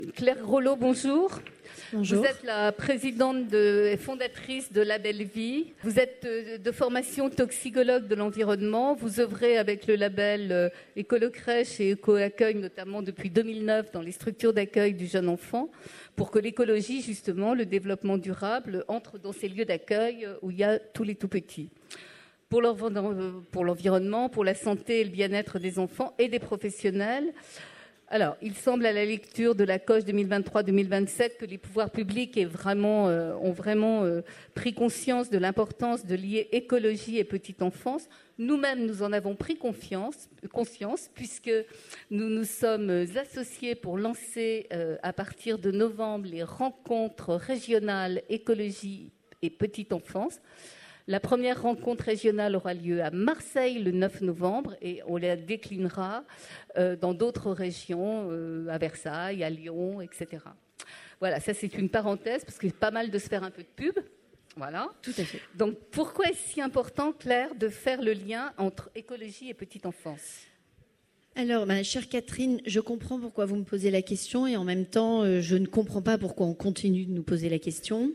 Claire Rollo, bonjour. Bonjour. Vous êtes la présidente et fondatrice de Label Vie. Vous êtes de formation toxicologue de l'environnement. Vous œuvrez avec le label Écolo-Crèche et Éco-Accueil, notamment depuis 2009, dans les structures d'accueil du jeune enfant, pour que l'écologie, justement, le développement durable, entre dans ces lieux d'accueil où il y a tous les tout-petits. Pour l'environnement, pour la santé et le bien-être des enfants et des professionnels. Alors, il semble à la lecture de la COG 2023-2027 que les pouvoirs publics ont vraiment pris conscience de l'importance de lier écologie et petite enfance. Nous-mêmes, nous en avons pris conscience puisque nous nous sommes associés pour lancer à partir de novembre les rencontres régionales écologie et petite enfance. La première rencontre régionale aura lieu à Marseille le 9 novembre et on la déclinera dans d'autres régions, à Versailles, à Lyon, etc. Voilà, ça c'est une parenthèse parce que c'est pas mal de se faire un peu de pub. Voilà. Tout à fait. Donc pourquoi est-ce si important, Claire, de faire le lien entre écologie et petite enfance ? Alors, ma chère Catherine, je comprends pourquoi vous me posez la question et en même temps, je ne comprends pas pourquoi on continue de nous poser la question.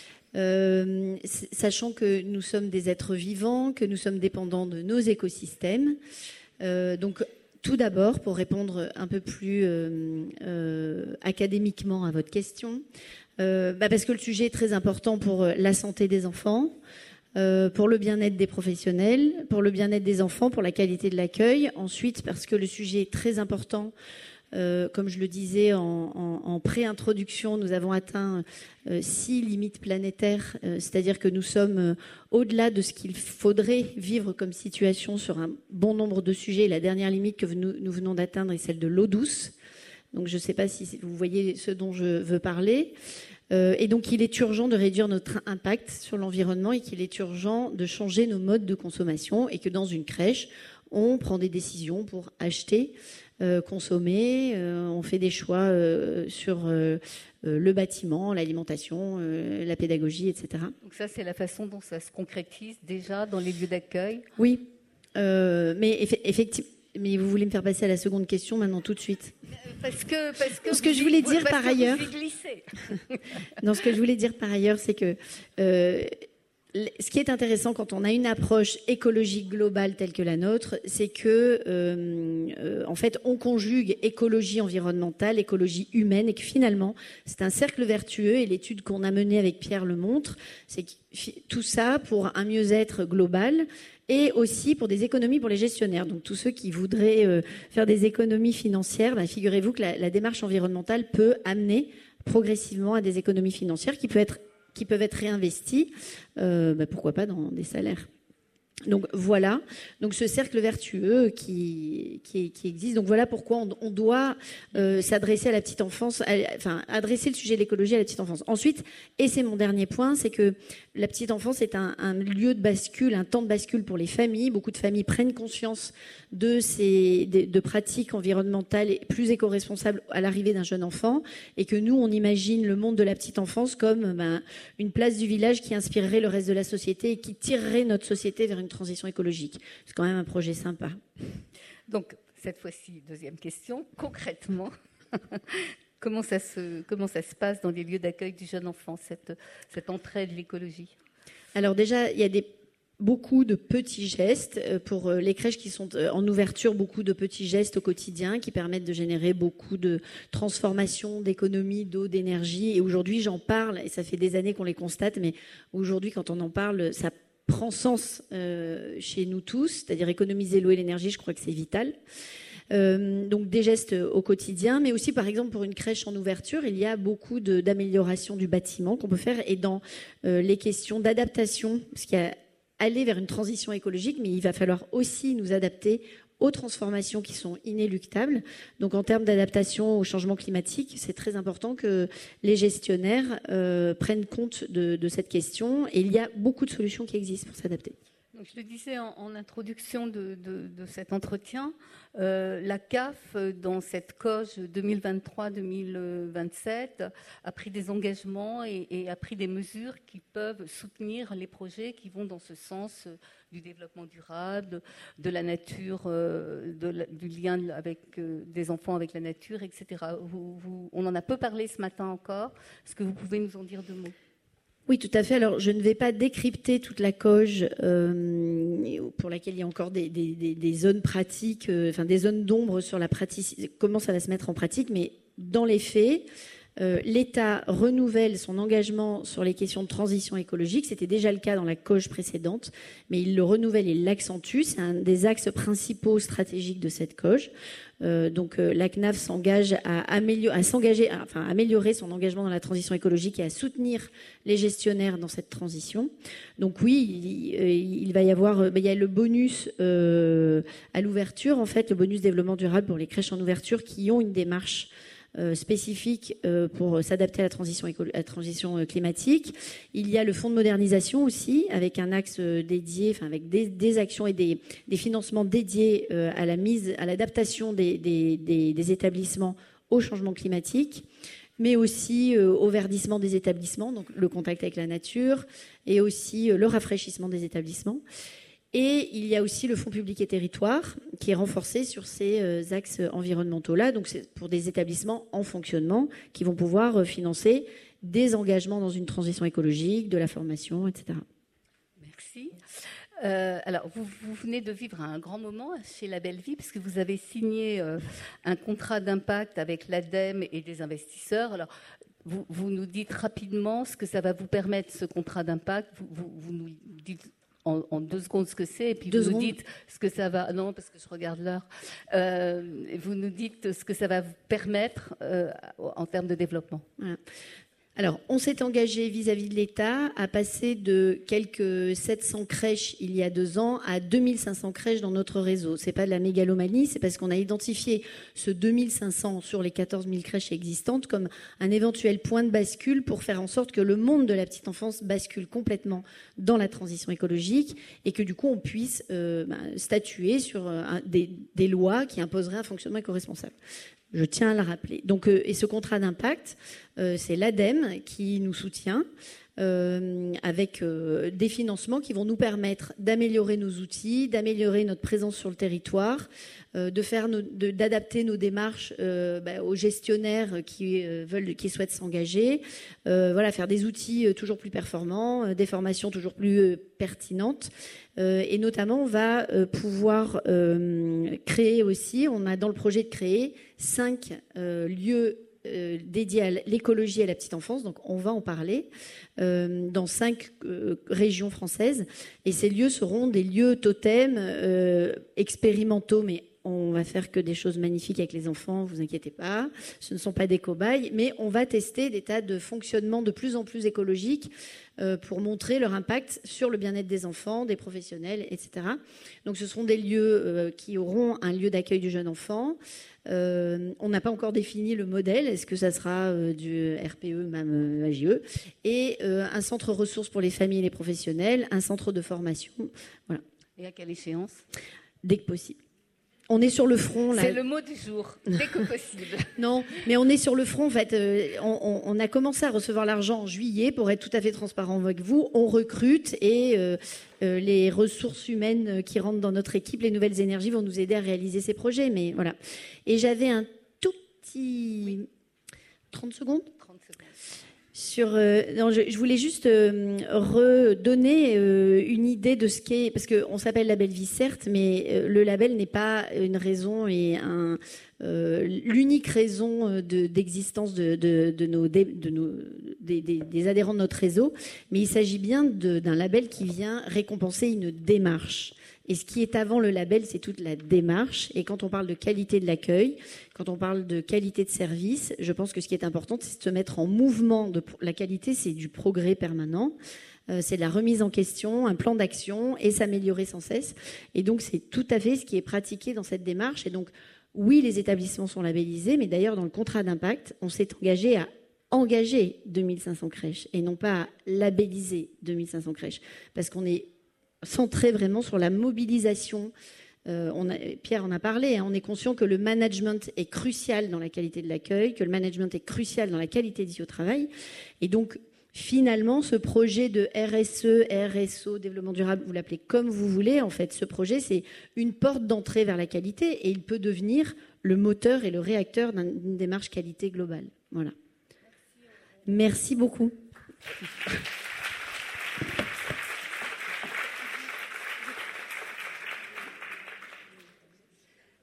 Sachant que nous sommes des êtres vivants, que nous sommes dépendants de nos écosystèmes. Donc, tout d'abord, pour répondre un peu plus académiquement à votre question, parce que le sujet est très important pour la santé des enfants, pour le bien-être des professionnels, pour le bien-être des enfants, pour la qualité de l'accueil. Ensuite, parce que le sujet est très important. Comme je le disais en pré-introduction, nous avons atteint 6 limites planétaires, c'est-à-dire que nous sommes au-delà de ce qu'il faudrait vivre comme situation sur un bon nombre de sujets. La dernière limite que nous venons d'atteindre est celle de l'eau douce. Donc je ne sais pas si vous voyez ce dont je veux parler. Et donc il est urgent de réduire notre impact sur l'environnement et qu'il est urgent de changer nos modes de consommation et que dans une crèche, on prend des décisions pour acheter, consommer, on fait des choix sur le bâtiment, l'alimentation, la pédagogie, etc. Donc ça, c'est la façon dont ça se concrétise déjà dans les lieux d'accueil. Oui, mais effectivement. Mais vous voulez me faire passer à la seconde question maintenant tout de suite. Parce que ce que je voulais dire par ailleurs. Non, ce que je voulais dire par ailleurs, c'est que ce qui est intéressant quand on a une approche écologique globale telle que la nôtre, c'est que en fait, on conjugue écologie environnementale, écologie humaine, et que finalement, c'est un cercle vertueux. Et l'étude qu'on a menée avec Pierre le montre, c'est que tout ça pour un mieux-être global. Et aussi pour des économies pour les gestionnaires. Donc tous ceux qui voudraient faire des économies financières, figurez-vous que la démarche environnementale peut amener progressivement à des économies financières qui peuvent être réinvesties, pourquoi pas dans des salaires. Donc voilà, donc ce cercle vertueux qui existe. Donc voilà pourquoi on doit s'adresser à la petite enfance, adresser le sujet de l'écologie à la petite enfance. Ensuite, et c'est mon dernier point, c'est que la petite enfance est un lieu de bascule, un temps de bascule pour les familles. Beaucoup de familles prennent conscience de pratiques environnementales plus éco-responsables à l'arrivée d'un jeune enfant, et que nous, on imagine le monde de la petite enfance comme une place du village qui inspirerait le reste de la société et qui tirerait notre société vers une transition écologique. C'est quand même un projet sympa. Donc, cette fois-ci, deuxième question. Concrètement, comment ça se passe dans les lieux d'accueil du jeune enfant, cette entrée de l'écologie ? Alors déjà, il y a beaucoup de petits gestes pour les crèches qui sont en ouverture, beaucoup de petits gestes au quotidien qui permettent de générer beaucoup de transformations, d'économies, d'eau, d'énergie. Et aujourd'hui, j'en parle, et ça fait des années qu'on les constate, mais aujourd'hui, quand on en parle, ça prend sens chez nous tous, c'est-à-dire économiser l'eau et l'énergie, je crois que c'est vital. Donc des gestes au quotidien, mais aussi par exemple pour une crèche en ouverture, il y a beaucoup d'améliorations du bâtiment qu'on peut faire, et dans les questions d'adaptation, parce qu'il y a aller vers une transition écologique, mais il va falloir aussi nous adapter aux transformations qui sont inéluctables. Donc en termes d'adaptation au changement climatique, c'est très important que les gestionnaires prennent compte de cette question, et il y a beaucoup de solutions qui existent pour s'adapter. Donc, je le disais en introduction de cet entretien, la CAF, dans cette COG 2023-2027, a pris des engagements et a pris des mesures qui peuvent soutenir les projets qui vont dans ce sens du développement durable, de la nature, du lien avec des enfants avec la nature, etc. On en a peu parlé ce matin encore. Est-ce que vous pouvez nous en dire deux mots ? Oui, tout à fait. Alors, je ne vais pas décrypter toute la COG pour laquelle il y a encore des zones pratiques, des zones d'ombre sur la pratique, comment ça va se mettre en pratique. Mais dans les faits, l'État renouvelle son engagement sur les questions de transition écologique. C'était déjà le cas dans la COG précédente, mais il le renouvelle et l'accentue. C'est un des axes principaux stratégiques de cette COG. Donc la CNAF s'engage à améliorer son engagement dans la transition écologique et à soutenir les gestionnaires dans cette transition. Donc oui, il va y avoir, il y a le bonus à l'ouverture, en fait, le bonus développement durable pour les crèches en ouverture qui ont une démarche spécifique pour s'adapter à la transition climatique. Il y a le fonds de modernisation aussi, avec un axe dédié, avec des actions et des financements dédiés à l'adaptation des établissements au changement climatique, mais aussi au verdissement des établissements, donc le contact avec la nature, et aussi le rafraîchissement des établissements. Et il y a aussi le Fonds public et territoire qui est renforcé sur ces axes environnementaux-là. Donc c'est pour des établissements en fonctionnement qui vont pouvoir financer des engagements dans une transition écologique, de la formation, etc. Merci. Alors, vous venez de vivre un grand moment chez La Belle Vie, puisque vous avez signé un contrat d'impact avec l'ADEME et des investisseurs. Alors, vous nous dites rapidement ce que ça va vous permettre, ce contrat d'impact. Vous nous dites en 2 secondes ce que c'est, et puis vous nous dites ce que ça va... Non, parce que je regarde l'heure. Vous nous dites ce que ça va vous permettre en termes de développement. Voilà. Alors, on s'est engagé vis-à-vis de l'État à passer de quelques 700 crèches il y a 2 ans à 2500 crèches dans notre réseau. C'est pas de la mégalomanie, c'est parce qu'on a identifié ce 2500 sur les 14 000 crèches existantes comme un éventuel point de bascule pour faire en sorte que le monde de la petite enfance bascule complètement dans la transition écologique et que du coup on puisse statuer sur des lois qui imposeraient un fonctionnement éco-responsable. Je tiens à le rappeler. Donc, et ce contrat d'impact, c'est l'ADEME qui nous soutient avec des financements qui vont nous permettre d'améliorer nos outils, d'améliorer notre présence sur le territoire, d'adapter nos démarches aux gestionnaires qui souhaitent s'engager, faire des outils toujours plus performants, des formations toujours plus pertinentes. Et notamment, on va pouvoir créer aussi, on a dans le projet de créer 5 lieux dédiés à l'écologie et à la petite enfance. Donc, on va en parler dans 5 régions françaises. Et ces lieux seront des lieux totems expérimentaux, mais on va faire que des choses magnifiques avec les enfants, vous inquiétez pas. Ce ne sont pas des cobayes, mais on va tester des tas de fonctionnements de plus en plus écologiques pour montrer leur impact sur le bien-être des enfants, des professionnels, etc. Donc ce seront des lieux qui auront un lieu d'accueil du jeune enfant. On n'a pas encore défini le modèle. Est-ce que ça sera du RPE, même AGE, et un centre ressources pour les familles et les professionnels, un centre de formation. Voilà. Et à quelle échéance ? Dès que possible. On est sur le front. Là. C'est le mot du jour, dès que possible. Non, mais on est sur le front. En fait, on a commencé à recevoir l'argent en juillet, pour être tout à fait transparent avec vous. On recrute et les ressources humaines qui rentrent dans notre équipe, les nouvelles énergies, vont nous aider à réaliser ces projets. Mais voilà. Et j'avais un tout petit... 30 secondes ? 30 secondes. Je voulais juste redonner une idée de ce qu'est, parce qu'on s'appelle La Belle Vie certes, mais le label n'est pas une raison et l'unique raison d'existence des adhérents de notre réseau, mais il s'agit bien d'un label qui vient récompenser une démarche. Et ce qui est avant le label, c'est toute la démarche. Et quand on parle de qualité de l'accueil, quand on parle de qualité de service, je pense que ce qui est important, c'est de se mettre en mouvement. La qualité, c'est du progrès permanent. C'est de la remise en question, un plan d'action et s'améliorer sans cesse. Et donc, c'est tout à fait ce qui est pratiqué dans cette démarche. Et donc, oui, les établissements sont labellisés, mais d'ailleurs, dans le contrat d'impact, on s'est engagé à engager 2500 crèches et non pas à labelliser 2500 crèches. Parce qu'on est centré vraiment sur la mobilisation. Pierre en a parlé, on est conscient que le management est crucial dans la qualité de l'accueil, que le management est crucial dans la qualité de vie au travail. Et donc, finalement, ce projet de RSE, RSO, développement durable, vous l'appelez comme vous voulez, en fait, ce projet, c'est une porte d'entrée vers la qualité et il peut devenir le moteur et le réacteur d'une démarche qualité globale. Voilà. Merci beaucoup.